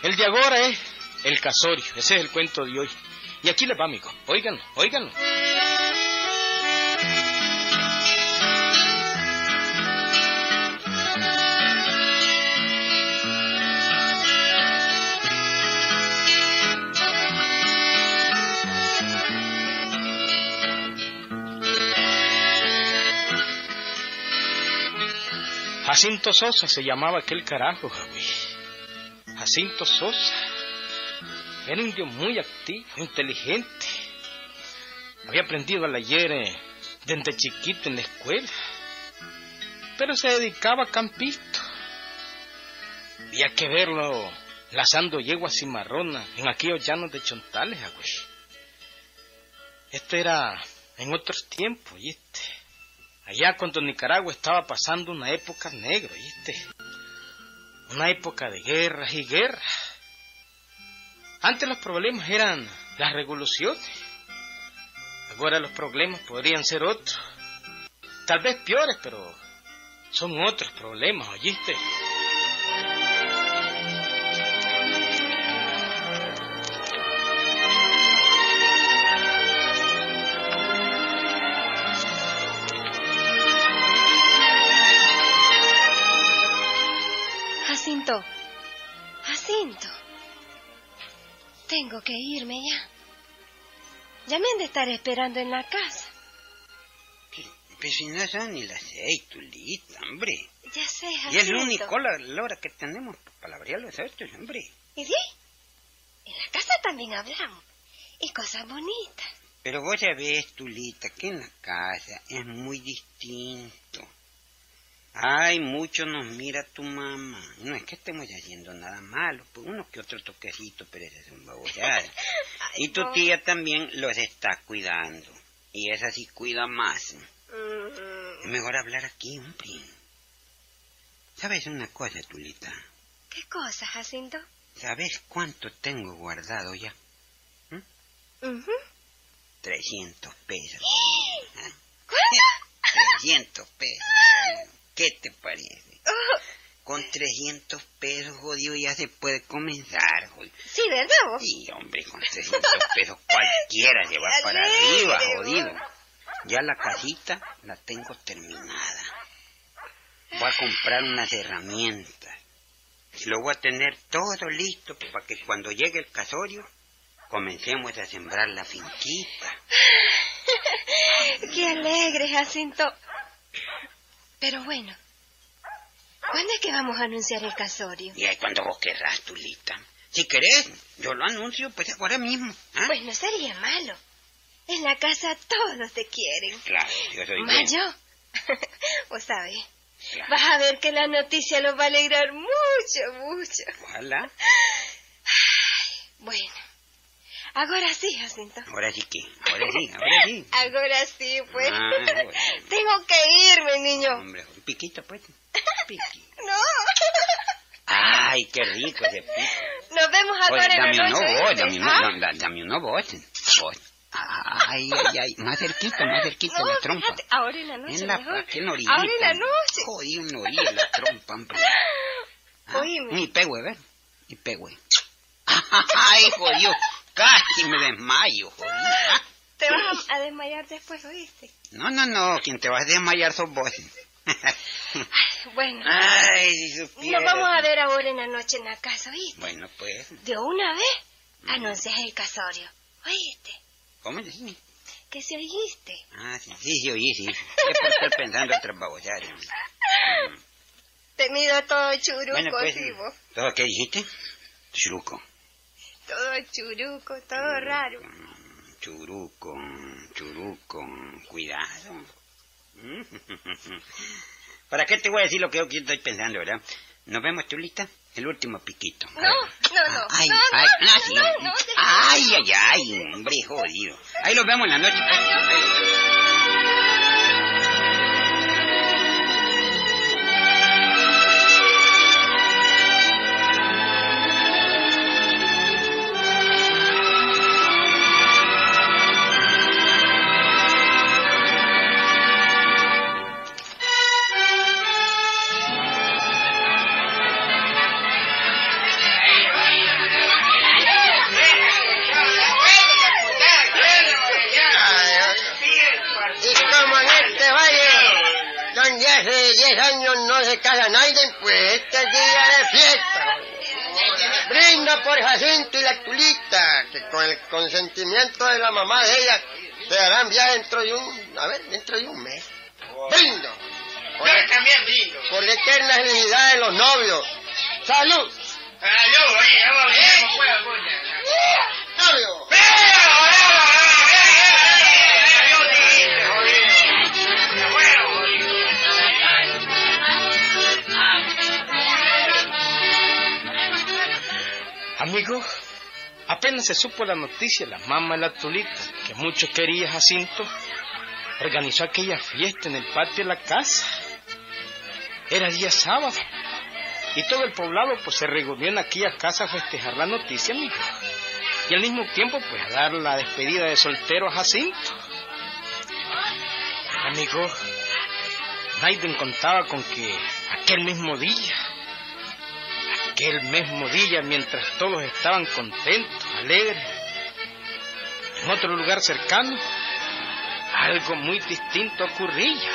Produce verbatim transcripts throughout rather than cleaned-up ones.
El de ahora es el casorio, ese es el cuento de hoy. Y aquí les va, amigo. Óiganlo, óiganlo. Jacinto Sosa se llamaba aquel carajo, Javi. Jacinto Sosa. Era un indio muy activo, inteligente. Había aprendido a leer eh, desde chiquito en la escuela. Pero se dedicaba a campito. Había que verlo lazando yeguas cimarronas en aquellos llanos de Chontales, Javi. Esto era en otros tiempos, ¿viste? Allá cuando Nicaragua estaba pasando una época negra, ¿viste? Una época de guerras y guerras. Antes los problemas eran las revoluciones. Ahora los problemas podrían ser otros. Tal vez peores, pero son otros problemas, ¿oíste? Jacinto, Jacinto, tengo que irme ya. Ya me han de estar esperando en la casa. Pues si no son ni las seis, Tulita, hombre. Ya sé, Jacinto. Y es lo único la, la hora que tenemos para palabrear los otros, hombre. ¿Y sí? En la casa también hablamos. Y cosas bonitas. Pero vos ya ves, Tulita, que en la casa es muy distinto. Ay, mucho nos mira tu mamá. No es que estemos haciendo nada malo, pues uno que otro toquecito, pero esas son babosadas. Y tu tía también los está cuidando. Y esa sí cuida más. Mm. Es mejor hablar aquí, hombre. ¿Sabes una cosa, Tulita? ¿Qué cosa, Jacinto? ¿Sabes cuánto tengo guardado ya? ¿Mm? Uh-huh. Trescientos pesos. ¿Ah? ¿Cuánto? Trescientos pesos. ¿Qué te parece? Oh. Con trescientos pesos, jodido, ya se puede comenzar, jodido. Sí, ¿verdad vos? Sí, hombre, con trescientos pesos cualquiera se va para arriba, jodido. Ya la casita la tengo terminada. Voy a comprar unas herramientas. Lo voy a tener todo listo para que cuando llegue el casorio comencemos a sembrar la finquita. ¡Qué alegre, Jacinto! Pero bueno, ¿cuándo es que vamos a anunciar el casorio? Y ahí cuando vos querrás, Tulita. Si querés, yo lo anuncio pues ahora mismo. ¿Ah? Pues no sería malo. En la casa todos te quieren. Claro, yo soy más bueno. yo. Vos sabés. Claro. Vas a ver que la noticia los va a alegrar mucho, mucho. Ojalá. Ay, bueno. Ahora sí, Jacinto. Ahora sí que, ahora sí, ahora sí. Ahora sí, pues. Ah, bueno. Tengo que irme, niño. Hombre, un piquito, pues. Piquito. No. Ay, qué rico ese pico. Nos vemos ahora Oye, en dame la uno noche. vos, dame uno, ¿Ah? da- da- dame uno vos. Vos. Ay, ay, ay, más cerquita, más cerquita No, la trompa. fíjate, ahora en la noche En la, mejor. aquí en la orillita. Ahora en la noche. Jodido, en la orilla la trompa, hombre. Ah, Oíme. Y pegüe, ver. Y pegüe. Ay, jodido. Casi me desmayo, jodido. ¿Ah? Te vas a, a desmayar después, ¿oíste? No, no, no. Quien te vas a desmayar sos vos. Ay, bueno. Ay, si supieras. Nos vamos a ver ahora en la noche en la casa, ¿oíste? Bueno, pues. De una vez anuncias el casorio, ¿oíste? ¿Cómo decís? Que se oíste. Ah, sí, sí, sí, oí, sí. Es por estar pensando otras babosadas. Mm. Te miro todo churuco, Bueno, pues, sí, vos. ¿todo qué dijiste? Churuco. Todo churuco, todo raro. Mm, Churuco, churuco, cuidado. Mm. ¿Para qué te voy a decir lo que yo aquí estoy pensando, verdad? ¿Nos vemos, Tulita? El último piquito. No, no, no. Ay, no, ay, no, ah, sí. no, no, ay, ay, ay, hombre, jodido. Ahí los vemos en la noche. Pues. Ahí los vemos. hace diez años no se casa nadie, pues este es día de fiesta. Brinda por Jacinto y la Tulita, que con el consentimiento de la mamá de ella se harán viaje dentro de un, a ver, dentro de un mes. Brindo. Por Yo la, también brindo. por la eterna felicidad de los novios. ¡Salud! ¡Salud! Oye, vamos bien, pues, ¡Novio! Amigo, apenas se supo la noticia, la mamá de la Tulita, que mucho quería Jacinto, organizó aquella fiesta en el patio de la casa. Era día sábado, y todo el poblado pues se reunió en aquella casa a festejar la noticia, amigo. Y al mismo tiempo pues a dar la despedida de soltero a Jacinto. Amigo, nadie contaba con que aquel mismo día, aquel mismo día, mientras todos estaban contentos, alegres, en otro lugar cercano, algo muy distinto ocurría.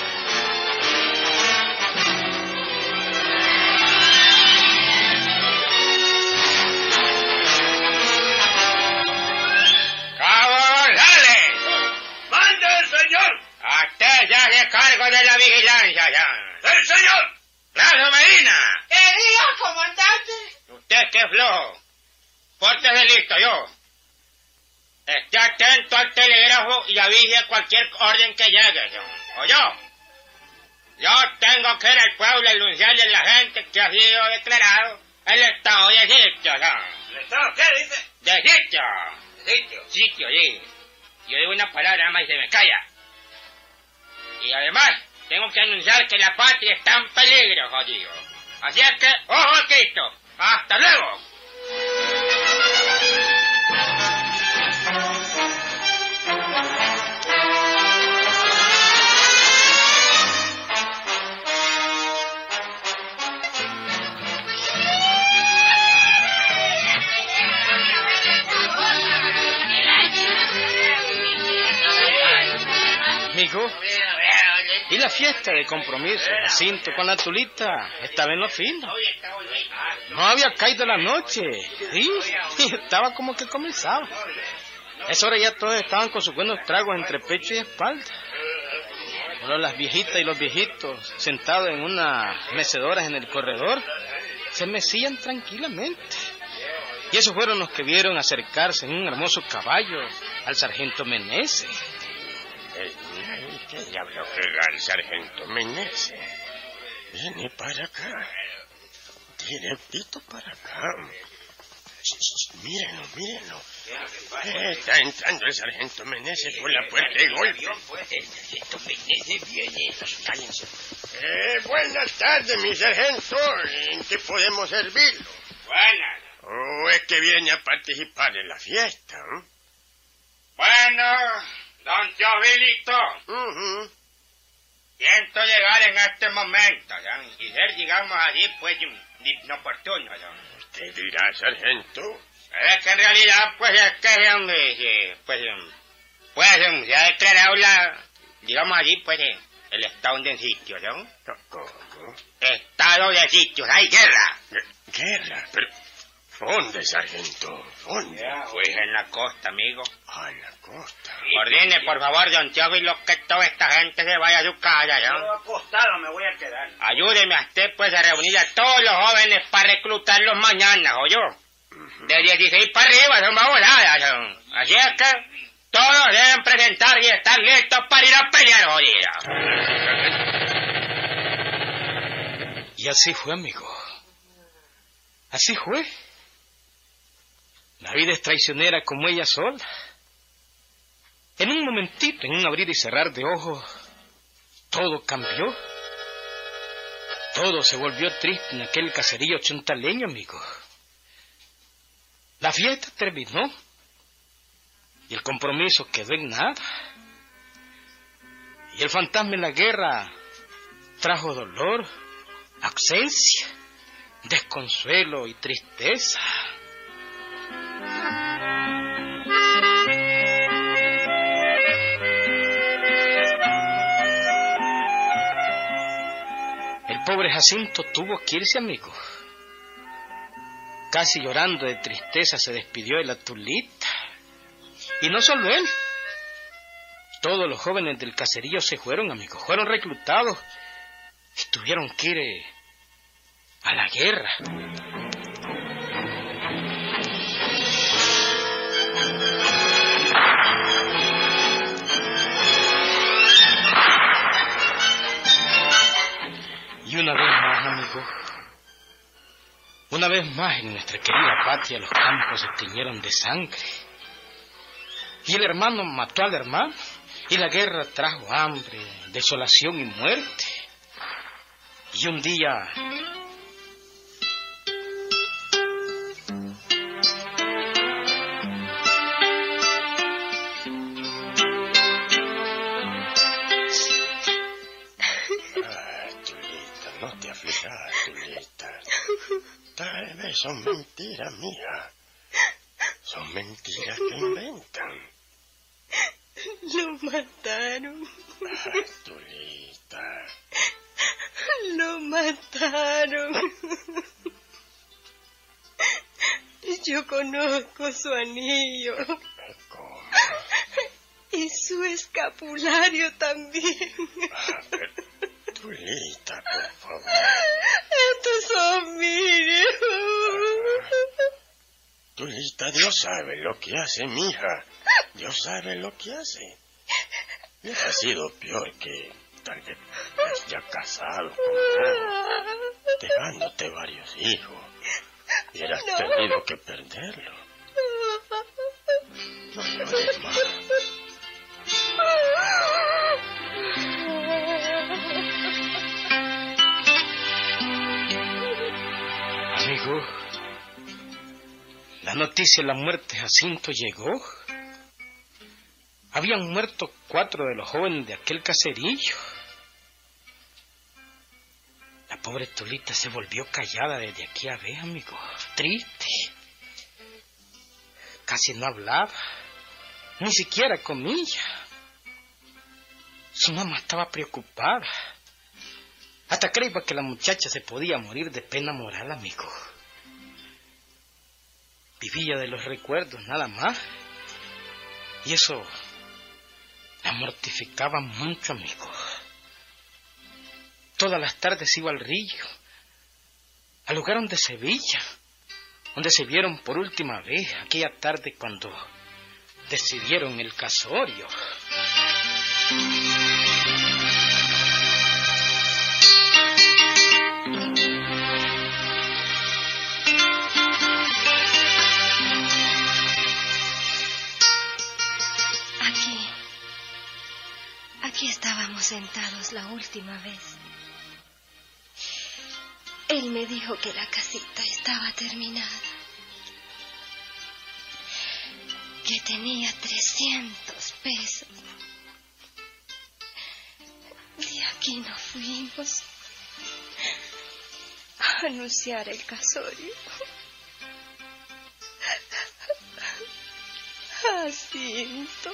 ¡Cabo González! ¡Mande el señor! A usted ya se cargo de la vigilancia, ya. ¡El señor! ¡Razo Medina! ¿Qué diga, comandante? Usted qué flojo. Pórtese listo, yo. Esté atento al telégrafo y avise cualquier orden que llegue, yo. ¿Oyó? Yo tengo que ir al pueblo a anunciarle a la gente que ha sido declarado el estado de sitio, yo. ¿El estado qué dice? De sitio. Sitio. Sitio, sí. Yo digo una palabra nada más y se me calla. Y además, tengo que anunciar que la patria está en peligro, jodido. Así es que, ojo a Cristo. ¡Hasta luego! Amigo, y la fiesta de compromiso de Jacinto con la Tulita estaba en lo fino. No había caído la noche, sí, estaba como que comenzaba. A esa hora ya todos estaban con sus buenos tragos entre pecho y espalda. Solo las viejitas y los viejitos, sentados en unas mecedoras en el corredor, se mecían tranquilamente. Y esos fueron los que vieron acercarse en un hermoso caballo al sargento Meneses. ¿Qué diablo querrá el sargento Meneses? Viene para acá. Directito para acá. Ch, ch, mírenlo, mírenlo. Eh, está entrando el sargento Meneses por la puerta de golpe. El sargento Meneses viene. Cállense. Eh, buenas tardes, mi sargento. ¿En qué podemos servirlo? Buenas. ¿O es que viene a participar en la fiesta? ¿eh? Bueno, don Teofilito, Uh-huh. siento llegar en este momento, ¿ya? Y ser, digamos así, pues, inoportuno, ¿ya? Usted dirá, sargento. Es que en realidad, pues, es que, hombre, sí, pues, pues, se ha declarado la, digamos así, pues, el estado de sitio, ¿no? ¿Cómo? Estado de sitios, hay guerra. ¿Guerra? Pero, ¿dónde, sargento? ¿Dónde? Pues en la costa, amigo. A la costa. Ordene, por favor, don Teófilo, que toda esta gente se vaya a su casa, ¿ya? Yo acostado me voy a quedar. Ayúdeme a usted, pues, a reunir a todos los jóvenes para reclutarlos mañana, ¿oyó? De dieciséis para arriba son baboladas, ¿no? Así es que todos deben presentar y estar listos para ir a pelear, jodida. Y así fue, amigo. Así fue. La vida es traicionera como ella sola. En un momentito, en un abrir y cerrar de ojos, todo cambió. Todo se volvió triste en aquel caserío chontaleño, amigo. La fiesta terminó y el compromiso quedó en nada. Y el fantasma de la guerra trajo dolor, ausencia, desconsuelo y tristeza. El pobre Jacinto tuvo que irse, amigo. Casi llorando de tristeza se despidió de la Tulita. Y no solo él. Todos los jóvenes del caserío se fueron, amigo. Fueron reclutados y tuvieron que ir eh, a la guerra. Y una vez más, amigo, una vez más en nuestra querida patria los campos se tiñeron de sangre. Y el hermano mató al hermano, y la guerra trajo hambre, desolación y muerte. Y un día... Tal vez son mentiras, mija. Son mentiras que inventan. Lo mataron. Ay, Tulita. Lo mataron. Yo conozco su anillo. ¿Cómo? Y su escapulario también. Ah, pero, Tulita, por favor. Estos son míos. Tulita, Dios sabe lo que hace, mija. Dios sabe lo que hace. Hubiera sido peor que tal vez ya casado con él, dejándote varios hijos. Hubieras no. tenido que perderlo. No llores más. Amigo, la noticia de la muerte de Jacinto llegó. Habían muerto cuatro de los jóvenes de aquel caserillo. La pobre Tulita se volvió callada desde aquella vez, amigo. Triste. Casi no hablaba. Ni siquiera comía. Su mamá estaba preocupada. Hasta creía que la muchacha se podía morir de pena moral, amigo. Vivía de los recuerdos, nada más. Y eso la mortificaba mucho, amigo. Todas las tardes iba al río, al lugar donde se veía, donde se vieron por última vez aquella tarde cuando decidieron el casorio. Aquí, aquí estábamos sentados la última vez. Él me dijo que la casita estaba terminada, que tenía trescientos pesos. De aquí nos fuimos a anunciar el casorio. Jacinto,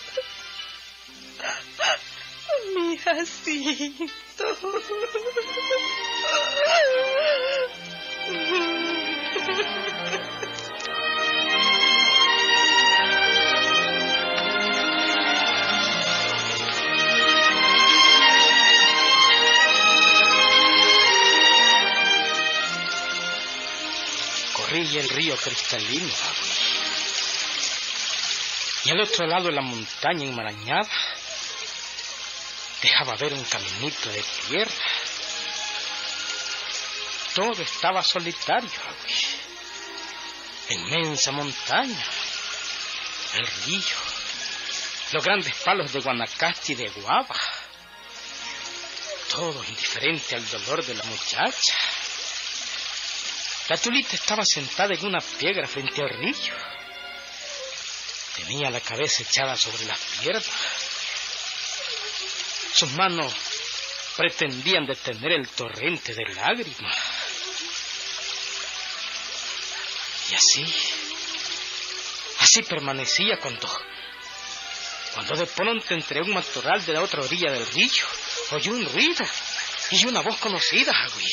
mi Jacinto. Corría el río cristalino, y al otro lado de la montaña enmarañada dejaba ver un caminito de tierra. Todo estaba solitario, la inmensa montaña, el río, los grandes palos de Guanacaste y de guava, todo indiferente al dolor de la muchacha. La Tulita estaba sentada en una piedra frente al río. Tenía la cabeza echada sobre las piernas. Sus manos pretendían detener el torrente de lágrimas. Y así, así permanecía cuando, cuando de pronto entre un matorral de la otra orilla del río oyó un ruido. Y una voz conocida, Hagui.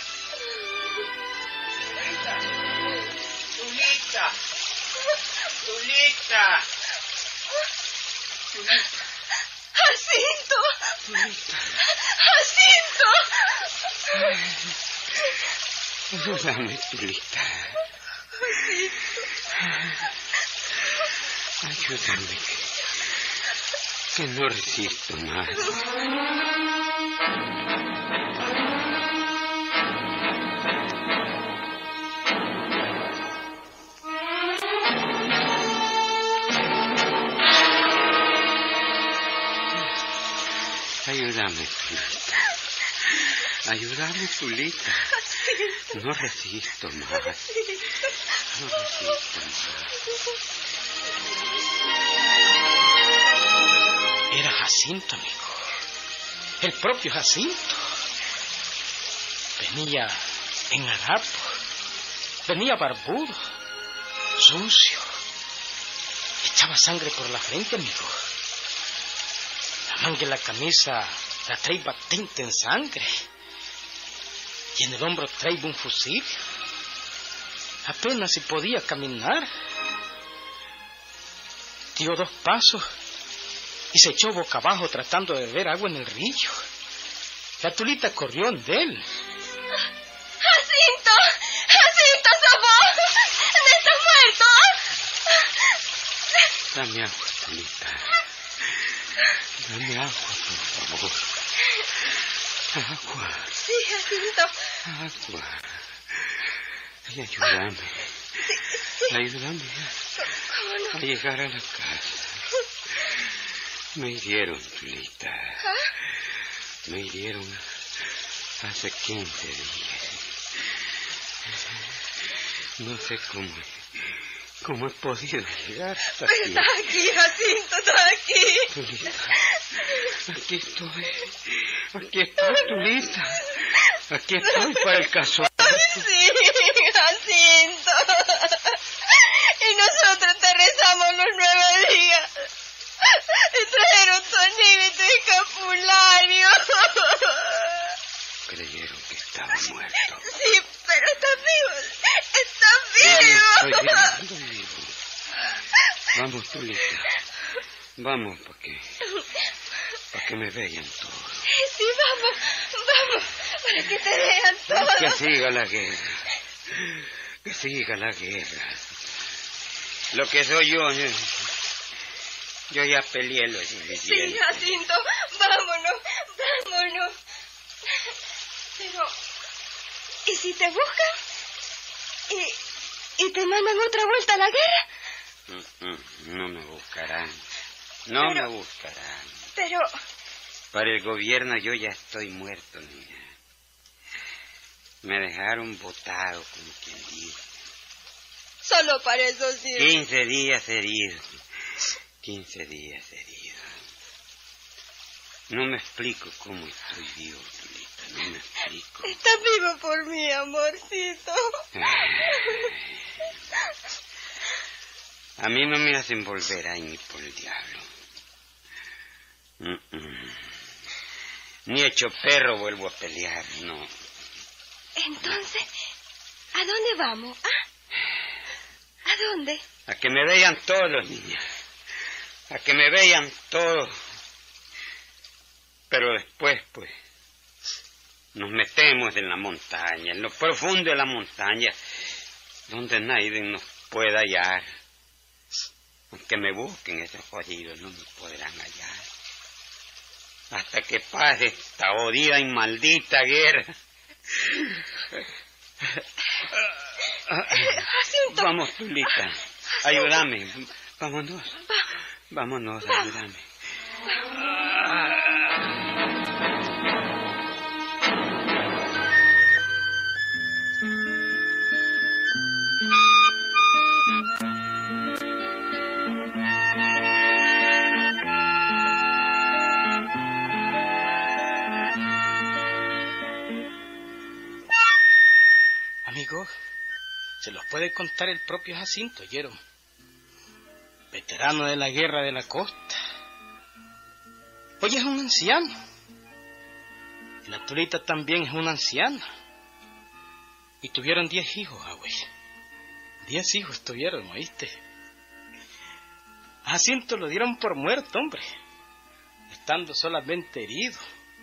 Tulita. Tulita. Tulita. ¡Jacinto! ¡Jacinto! Ayúdame, Tulita. Ayúdame, que, que no resisto más. Ayúdame, Tulita. Ayúdame, Tulita. No resisto más. No resisto más. Era Jacinto, amigo. El propio Jacinto. Venía en harapo. Venía barbudo. Sucio. Echaba sangre por la frente, amigo. La manga de la camisa la trae batente en sangre. Y en el hombro trae un fusil. Apenas si podía caminar. Dio dos pasos y se echó boca abajo tratando de beber agua en el río. La Tulita corrió en él. ¡Jacinto! ¡Jacinto, sos vos! ¡No estás muerto! Dame agua, Tulita. Dame agua, por favor. Agua. Sí, Jacinto. Agua. Y ayúdame. Sí, sí. Ayúdame ¿Cómo no? a llegar a la casa. Me hirieron, Tulita. ¿Ah? Me hirieron hace quince días. No sé cómo, cómo he podido llegar hasta Pero aquí. estás aquí, Jacinto, estás aquí. Tulita, aquí estoy. Aquí estoy, Tulita. Aquí estoy para el caso. Sí, Jacinto. Y nosotros te rezamos los nueve días. Y trajeron tu anillo y tu escapulario. Creyeron que estaba muerto. Sí, pero estás vivo. Estás Sí, vivo. estoy vivo, estoy vivo. Vamos, Tulita. Vamos, para que, para que me vean todos. Sí, vamos, vamos, para que te vean todos. Que siga la guerra. Que siga la guerra. Lo que soy yo, eh, yo ya peleé lo Sí, suficiente. Jacinto, vámonos, vámonos. Pero, ¿y si te buscan? ¿Y, y te mandan otra vuelta a la guerra? Mm, mm, No me buscarán. No Pero- me buscarán. Pero, Para el gobierno yo ya estoy muerto, niña. Me dejaron botado, como quien dice. solo para eso sirve. Quince días herido. Quince días herido. No me explico cómo estoy vivo, Tulita. No me explico. Estás vivo por mí, amorcito. A mí no me hacen volver ahí ni por el diablo. Mm-mm. Ni hecho perro vuelvo a pelear, no. Entonces, ¿a dónde vamos? ¿Ah? ¿A dónde? A que me vean todos, niña. A que me vean todos. Pero después, pues, nos metemos en la montaña, en lo profundo de la montaña, donde nadie nos pueda hallar. Aunque me busquen esos jodidos, no me podrán hallar. Hasta que pase esta jodida y maldita guerra. Jacinto. Vamos, Tulita. Ayúdame. Vámonos. Vámonos, ayúdame. Amigo, se los puede contar el propio Jacinto, ¿oyeron? Veterano de la guerra de la costa. Hoy es un anciano. La Tulita también es una anciana. Y tuvieron diez hijos, güey. Diez hijos tuvieron, ¿oíste? A Jacinto lo dieron por muerto, hombre, estando solamente herido.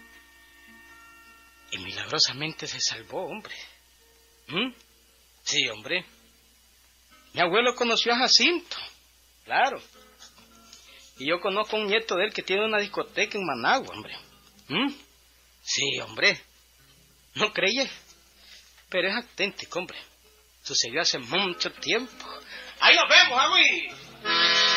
Y milagrosamente se salvó, hombre. ¿Mm? Sí, hombre. Mi abuelo conoció a Jacinto, claro. Y yo conozco a un nieto de él que tiene una discoteca en Managua, hombre. ¿Mm? Sí, hombre. ¿No creyes? Pero es auténtico, hombre. Sucedió hace mucho tiempo. ¡Ahí nos vemos, Agüí!